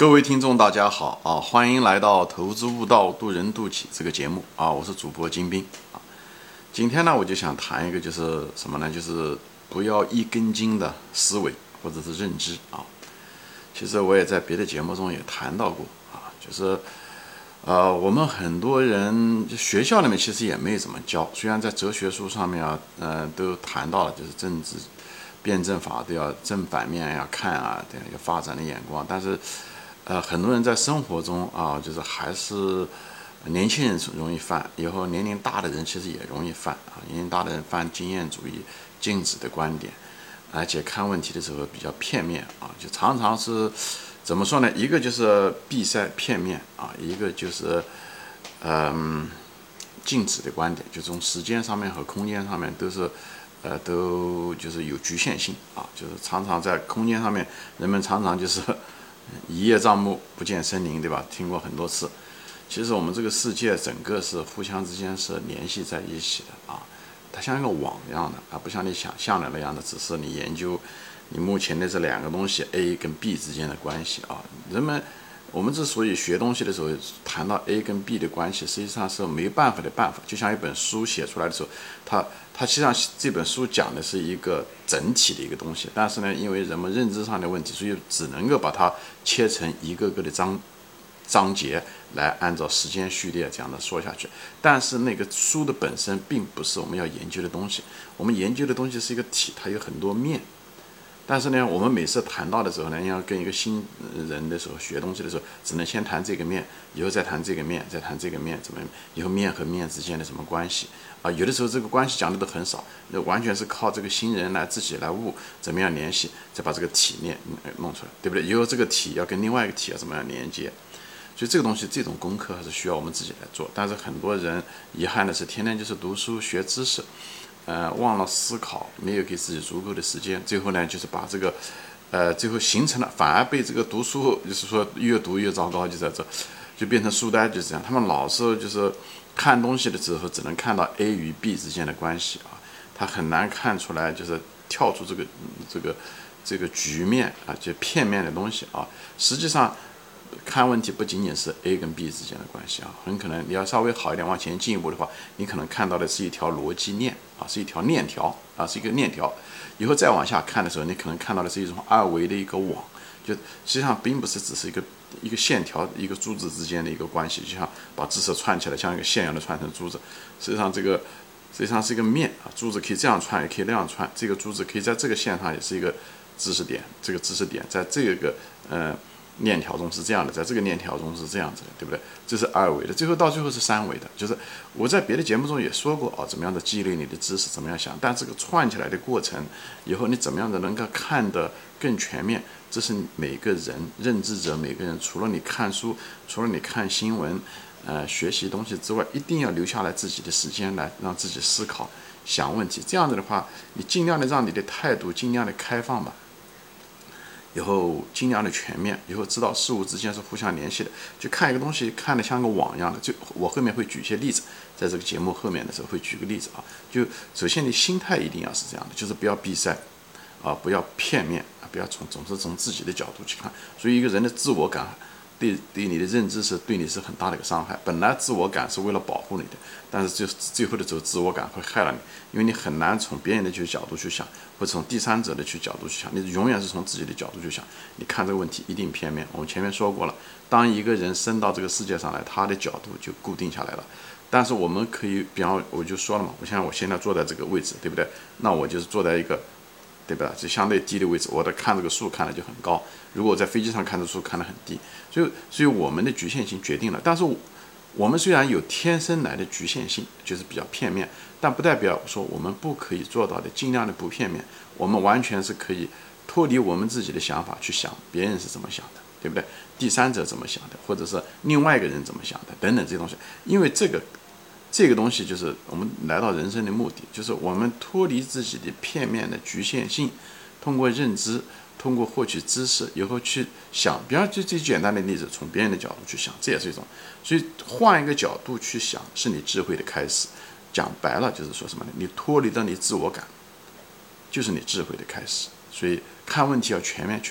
各位听众，大家好啊！欢迎来到《投资悟道，渡人渡己》这个节目啊！我是主播金兵啊。今天呢，我就想谈一个，就是什么呢？就是不要一根筋的思维或者是认知啊。其实我也在别的节目中也谈到过啊，就是我们很多人学校里面其实也没有怎么教，虽然在哲学书上面都谈到了，就是政治辩证法都要正反面要看啊，对，要发展的眼光，但是很多人在生活中啊，就是还是年轻人容易犯，以后年龄大的人其实也容易犯啊。年龄大的人犯经验主义、静止的观点，而且看问题的时候比较片面啊，就常常是怎么说呢？一个就是闭塞片面啊，一个就是静止的观点，就从时间上面和空间上面都就是有局限性啊，就是常常在空间上面，人们常常就是一叶障目，不见森林，对吧？听过很多次。其实我们这个世界整个是互相之间是联系在一起的啊，它像一个网一样的啊，不像你想象的那样的，只是你研究你目前的这两个东西 A 跟 B 之间的关系啊。我们之所以学东西的时候谈到 A 跟 B 的关系，实际上是没办法的办法。就像一本书写出来的时候，它实际上这本书讲的是一个整体的一个东西，但是呢，因为人们认知上的问题，所以只能够把它切成一个个的章节来按照时间序列这样的说下去。但是那个书的本身并不是我们要研究的东西，我们研究的东西是一个体，它有很多面。但是呢，我们每次谈到的时候呢，要跟一个新人的时候学东西的时候，只能先谈这个面，以后再谈这个面，再谈这个面，怎么以后面和面之间的什么关系啊？有的时候这个关系讲的都很少，那完全是靠这个新人来自己来悟怎么样联系，再把这个体面弄出来，对不对？以后这个体要跟另外一个体要怎么样连接？所以这个东西，这种功课还是需要我们自己来做。但是很多人遗憾的是，天天就是读书学知识。忘了思考，没有给自己足够的时间，最后呢，就是把这个，最后形成了，反而被这个读书，就是说越读越糟糕，就在这，就变成书呆，就是这样。他们老是就是看东西的时候，只能看到 A 与 B 之间的关系啊，他很难看出来，就是跳出这个局面啊，就片面的东西啊。实际上，看问题不仅仅是 A 跟 B 之间的关系啊，很可能你要稍微好一点，往前进一步的话，你可能看到的是一条逻辑链啊，是一条链条啊，是一个链条。以后再往下看的时候，你可能看到的是一种二维的一个网，就实际上并不是只是一个线条、一个珠子之间的一个关系，就像把知识串起来，像一个线一样的串成珠子。实际上是一个面啊，珠子可以这样串，也可以那样串。这个珠子可以在这个线上也是一个知识点，这个知识点在这个链条中是这样的，在这个链条中是这样子的，对不对？这是二维的，到最后是三维的。就是我在别的节目中也说过啊，怎么样的积累你的知识，怎么样想，但这个串起来的过程，以后你怎么样的能够看得更全面，这是每个人认知者，每个人除了你看书，除了你看新闻，学习东西之外，一定要留下来自己的时间来让自己思考、想问题。这样子的话，你尽量的让你的态度尽量的开放吧。以后尽量的全面，以后知道事物之间是互相联系的，就看一个东西看得像个网一样的。就我后面会举一些例子，在这个节目后面的时候会举个例子啊。就首先你心态一定要是这样的，就是不要闭塞啊，不要片面啊，不要总是从自己的角度去看。所以一个人的自我感对你的认知对你是很大的一个伤害。本来自我感是为了保护你的，但是最后的时候，自我感会害了你，因为你很难从别人的角度去想，或者从第三者的角度去想，你永远是从自己的角度去想。你看这个问题一定片面。我们前面说过了，当一个人生到这个世界上来，他的角度就固定下来了。但是我们可以，比方我就说了嘛，我现在坐在这个位置，对不对？那我就是坐在一个，对吧？就相对低的位置，我的看这个书看的就很高。如果我在飞机上看的书看得很低，所以我们的局限性决定了。但是我们虽然有天生来的局限性，就是比较片面，但不代表说我们不可以做到的尽量的不片面。我们完全是可以脱离我们自己的想法去想别人是怎么想的，对不对？第三者怎么想的，或者是另外一个人怎么想的，等等这些东西。因为这个东西就是我们来到人生的目的，就是我们脱离自己的片面的局限性，通过认知，通过获取知识以后去想。比方就最简单的例子，从别人的角度去想，这也是一种。所以换一个角度去想，是你智慧的开始。讲白了就是说什么呢？你脱离了你自我感，就是你智慧的开始。所以看问题要全面，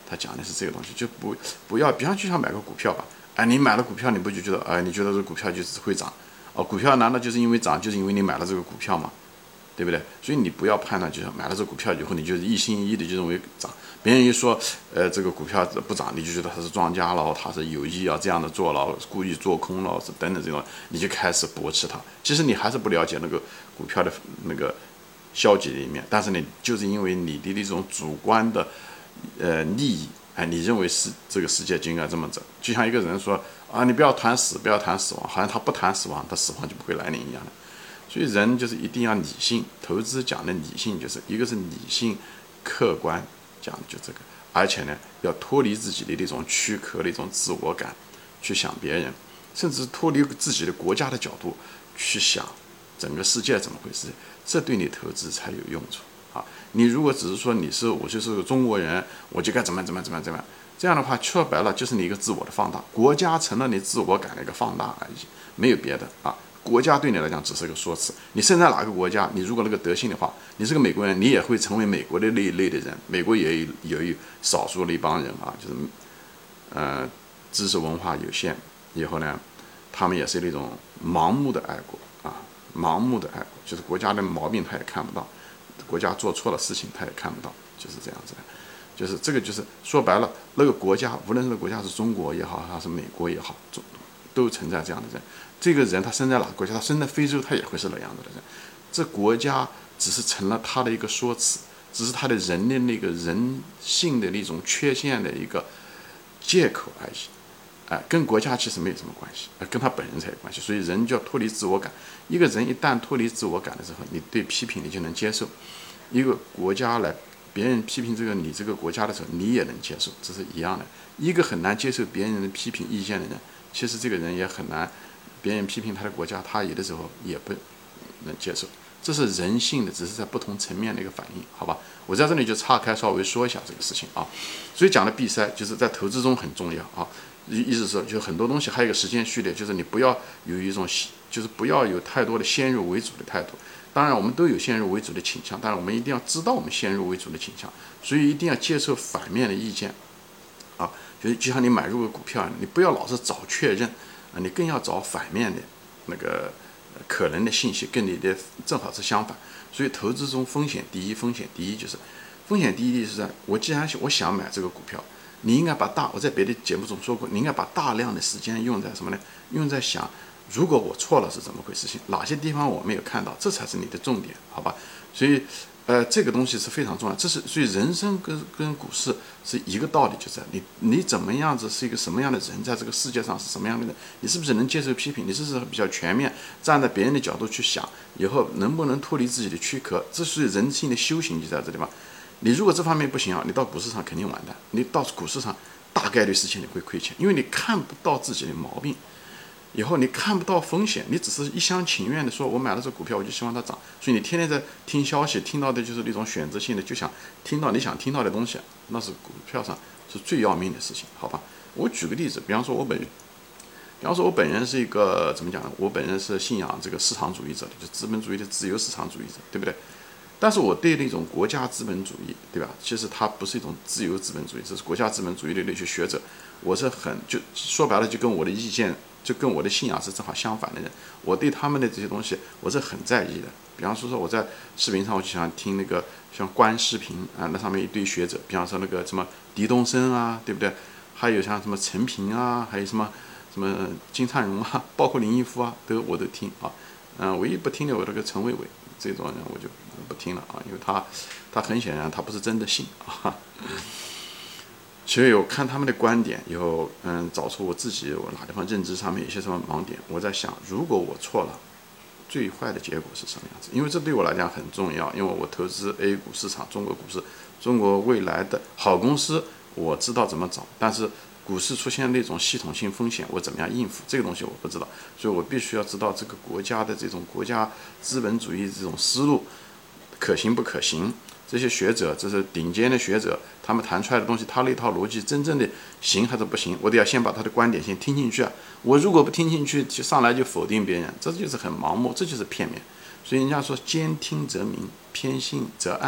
他讲的是这个东西，就不要，比方就像买个股票吧，哎，你买了股票，你不就觉得，哎，你觉得这个股票就是会涨，哦，股票难道就是因为涨，就是因为你买了这个股票吗？对不对？所以你不要判断，就是买了这股票以后，你就是一心一意的就认为涨。别人一说，这个股票不涨，你就觉得他是庄家了，他是有意要这样的做了，故意做空了，等等这种，你就开始驳斥他。其实你还是不了解那个股票的那个消极的一面，但是呢，就是因为你的那种主观的利益，哎，你认为是这个世界就应该这么走。就像一个人说啊，你不要谈死，不要谈死亡，好像他不谈死亡，他死亡就不会来临一样的。所以人就是一定要理性，投资讲的理性就是一个是理性、客观讲的就这个，而且呢要脱离自己的那种躯壳的一种自我感，去想别人，甚至脱离自己的国家的角度去想整个世界怎么回事，这对你投资才有用处啊！你如果只是说我就是个中国人，我就该怎么样，这样的话说白了就是你一个自我的放大，国家成了你自我感的一个放大而已，没有别的啊。国家对你来讲只是个说辞，你生在哪个国家，你如果那个德性的话，你是个美国人，你也会成为美国的那一类的人。美国也有少数的一帮人啊，就是知识文化有限，以后呢，他们也是那种盲目的爱国啊，盲目的爱国，就是国家的毛病他也看不到，国家做错了事情他也看不到，就是这样子的。就是这个，就是说白了，那个国家，无论这个国家是中国也好，还是美国也好，都存在这样的人。这个人他生在哪个国家？他生在非洲，他也会是那样子的人。这国家只是成了他的一个说辞，只是他的人的那个人性的那种缺陷的一个借口而已。哎，跟国家其实没有什么关系，跟他本人才有关系。所以人就要脱离自我感。一个人一旦脱离自我感的时候，你对批评你就能接受。一个国家来别人批评你这个国家的时候，你也能接受，这是一样的。一个很难接受别人的批评意见的人，其实这个人也很难。别人批评他的国家，他有的时候也不能接受，这是人性的，只是在不同层面的一个反应，好吧？我在这里就岔开稍微说一下这个事情啊。所以讲的闭塞就是在投资中很重要啊。意思是就很多东西还有一个时间序列，就是你不要有一种就是不要有太多的先入为主的态度。当然我们都有先入为主的倾向，但是我们一定要知道我们先入为主的倾向，所以一定要接受反面的意见啊。就像你买入个股票，你不要老是找确认。你更要找反面的那个可能的信息，跟你的正好是相反。所以投资中风险第一就是风险第一就是我既然我想买这个股票，你应该我在别的节目中说过，你应该把大量的时间用在什么呢？用在想如果我错了是怎么回事情，哪些地方我没有看到，这才是你的重点，好吧？所以这个东西是非常重要，所以人生跟股市是一个道理，就在你怎么样子是一个什么样的人，在这个世界上是什么样的人，你是不是能接受批评，你是不是比较全面，站在别人的角度去想，以后能不能脱离自己的躯壳，这是人性的修行就在这地方。你如果这方面不行啊，你到股市上肯定完蛋，你到股市上大概率事情你会亏钱，因为你看不到自己的毛病。以后你看不到风险，你只是一厢情愿的说，我买了这股票，我就希望它涨，所以你天天在听消息，听到的就是那种选择性的，就想听到你想听到的东西，那是股票上是最要命的事情，好吧？我举个例子，比方说我本人是一个怎么讲呢？我本人是信仰这个市场主义者的，就资本主义的自由市场主义者，对不对？但是我对那种国家资本主义，对吧？其实它不是一种自由资本主义，这是国家资本主义的那些学者，我是就说白了，就跟我的意见。就跟我的信仰是正好相反的人，我对他们的这些东西我是很在意的。比方说我在视频上，我就想听那个像观视频啊，那上面一堆学者，比方说那个什么狄东升啊，对不对？还有像什么陈平啊，还有什么金灿荣啊，包括林毅夫啊，我都听啊。唯一不听的我这个陈伟伟这种人我就不听了啊，因为他很显然他不是真的信啊。所以我看他们的观点以后，找出我哪地方认知上面有些什么盲点，我在想，如果我错了，最坏的结果是什么样子？因为这对我来讲很重要，因为我投资 A 股市场、中国股市、中国未来的好公司，我知道怎么找，但是股市出现那种系统性风险，我怎么样应付这个东西我不知道，所以我必须要知道这个国家的这种国家资本主义这种思路可行不可行。这些学者，这是顶尖的学者，他们谈出来的东西，他那套逻辑真正的行还是不行？我得要先把他的观点先听进去啊！我如果不听进去，就上来就否定别人，这就是很盲目，这就是片面。所以人家说兼听则明，偏信则暗。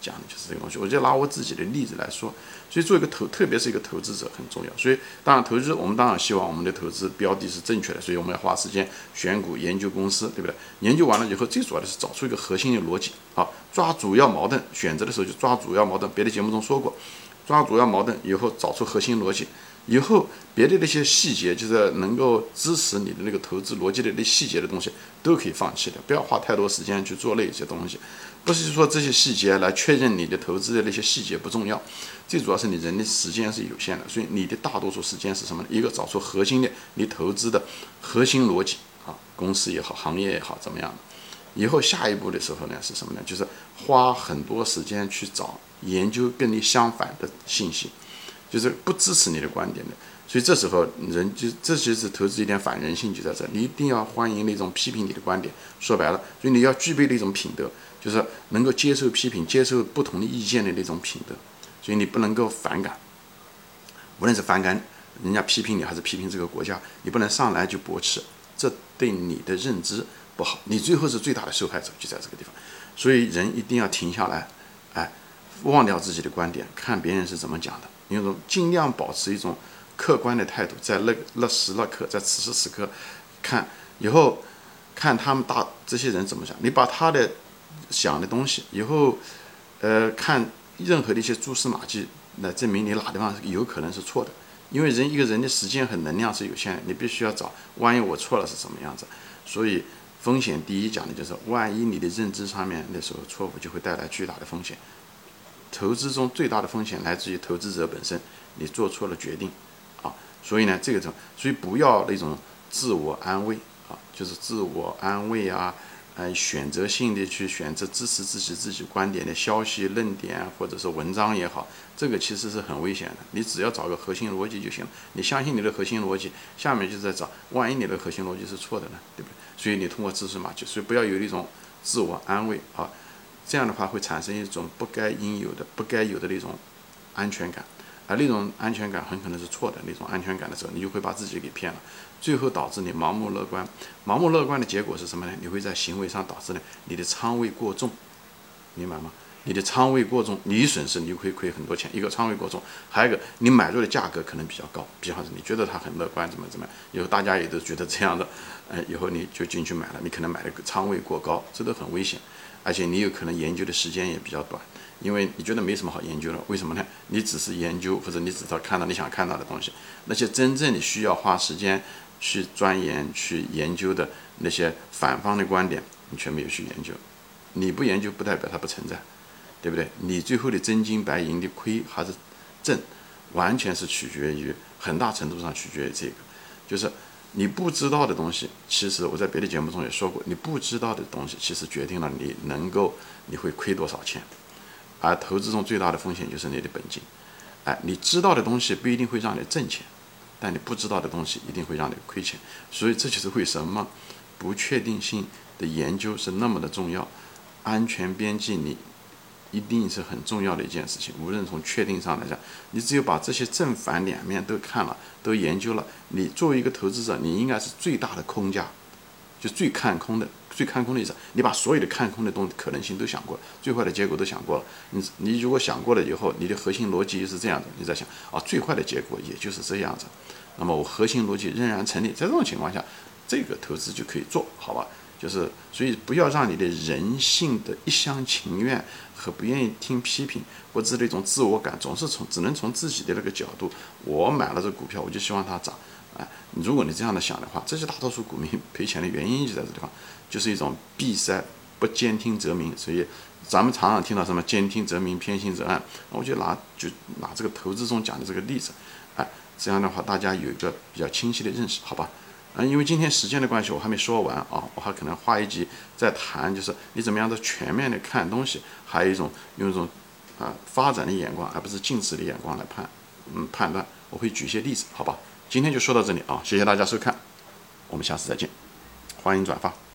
讲的就是这个东西。我就拿我自己的例子来说，所以做一个特别是一个投资者很重要。所以当然投资，我们当然希望我们的投资标的是正确的，所以我们要花时间选股、研究公司，对不对？研究完了以后，最主要的是找出一个核心的逻辑，好，抓主要矛盾。选择的时候就抓主要矛盾，别的节目中说过，抓主要矛盾以后找出核心逻辑。以后别的那些细节，就是能够支持你的那个投资逻辑的那细节的东西，都可以放弃的，不要花太多时间去做那些东西。不是说这些细节来确认你的投资的那些细节不重要，最主要是你人的时间是有限的，所以你的大多数时间是什么呢？一个找出核心的你投资的核心逻辑啊，公司也好，行业也好，怎么样的？以后下一步的时候呢是什么呢？就是花很多时间去找研究跟你相反的信息。就是不支持你的观点的，所以这时候这就是投资一点反人性就在这，你一定要欢迎那种批评你的观点。说白了，所以你要具备那种品德，就是能够接受批评、接受不同的意见的那种品德。所以你不能够反感，无论是反感人家批评你，还是批评这个国家，你不能上来就驳斥，这对你的认知不好，你最后是最大的受害者，就在这个地方。所以人一定要停下来，忘掉自己的观点，看别人是怎么讲的。那种尽量保持一种客观的态度，在那时那刻，在此时此刻，看以后看他们这些人怎么想，你把他的想的东西以后，看任何的一些蛛丝马迹来证明你哪地方有可能是错的，因为一个人的时间和能量是有限的，你必须要找，万一我错了是什么样子，所以风险第一讲的就是万一你的认知上面那时候错误，就会带来巨大的风险。投资中最大的风险来自于投资者本身，你做错了决定，所以呢，所以不要那种自我安慰就是自我安慰选择性的去选择支持自己观点的消息、论点或者是文章也好，这个其实是很危险的。你只要找个核心逻辑就行了，你相信你的核心逻辑，下面就在找，万一你的核心逻辑是错的呢，对不对？所以你通过蛛丝马迹，所以不要有一种自我安慰这样的话会产生一种不该有的那种安全感，而那种安全感很可能是错的。那种安全感的时候，你就会把自己给骗了，最后导致你盲目乐观。盲目乐观的结果是什么呢？你会在行为上导致呢，你的仓位过重，明白吗？你的仓位过重，你一损失你就会亏很多钱。一个仓位过重，还有一个你买入的价格可能比较高，比方说你觉得它很乐观，怎么样，以后大家也都觉得这样的，以后你就进去买了，你可能买的仓位过高，这都很危险。而且你有可能研究的时间也比较短，因为你觉得没什么好研究的，为什么呢？你只是研究，或者你只是看到你想看到的东西，那些真正你需要花时间去钻研、去研究的那些反方的观点，你却没有去研究。你不研究不代表它不存在，对不对？你最后的真金白银的亏还是挣，完全是取决于很大程度上取决于这个，就是你不知道的东西，其实我在别的节目中也说过，你不知道的东西其实决定了你会亏多少钱，而投资中最大的风险就是你的本金。你知道的东西不一定会让你挣钱，但你不知道的东西一定会让你亏钱。所以这就是为什么不确定性的研究是那么的重要，安全边际你一定是很重要的一件事情。无论从确定上来讲，你只有把这些正反两面都看了，都研究了，你作为一个投资者，你应该是最大的空家，就最看空的意思，你把所有的看空的可能性都想过了，最坏的结果都想过了。你如果想过了以后，你的核心逻辑是这样的，你在想最坏的结果也就是这样子，那么我核心逻辑仍然成立，在这种情况下，这个投资就可以做，好吧？所以不要让你的人性的一厢情愿和不愿意听批评，或者是那种自我感，总是只能从自己的那个角度，我买了这股票，我就希望它涨。如果你这样的想的话，这些大多数股民赔钱的原因就在这地方，就是一种闭塞，不兼听则明。所以咱们常常听到什么兼听则明，偏信则暗，我就拿这个投资中讲的这个例子，这样的话大家有一个比较清晰的认识，好吧？因为今天时间的关系，我还没说完我还可能花一集再谈，就是你怎么样的全面的看东西，还有用一种发展的眼光，而不是静止的眼光来判断。我会举一些例子，好吧？今天就说到这里谢谢大家收看，我们下次再见，欢迎转发。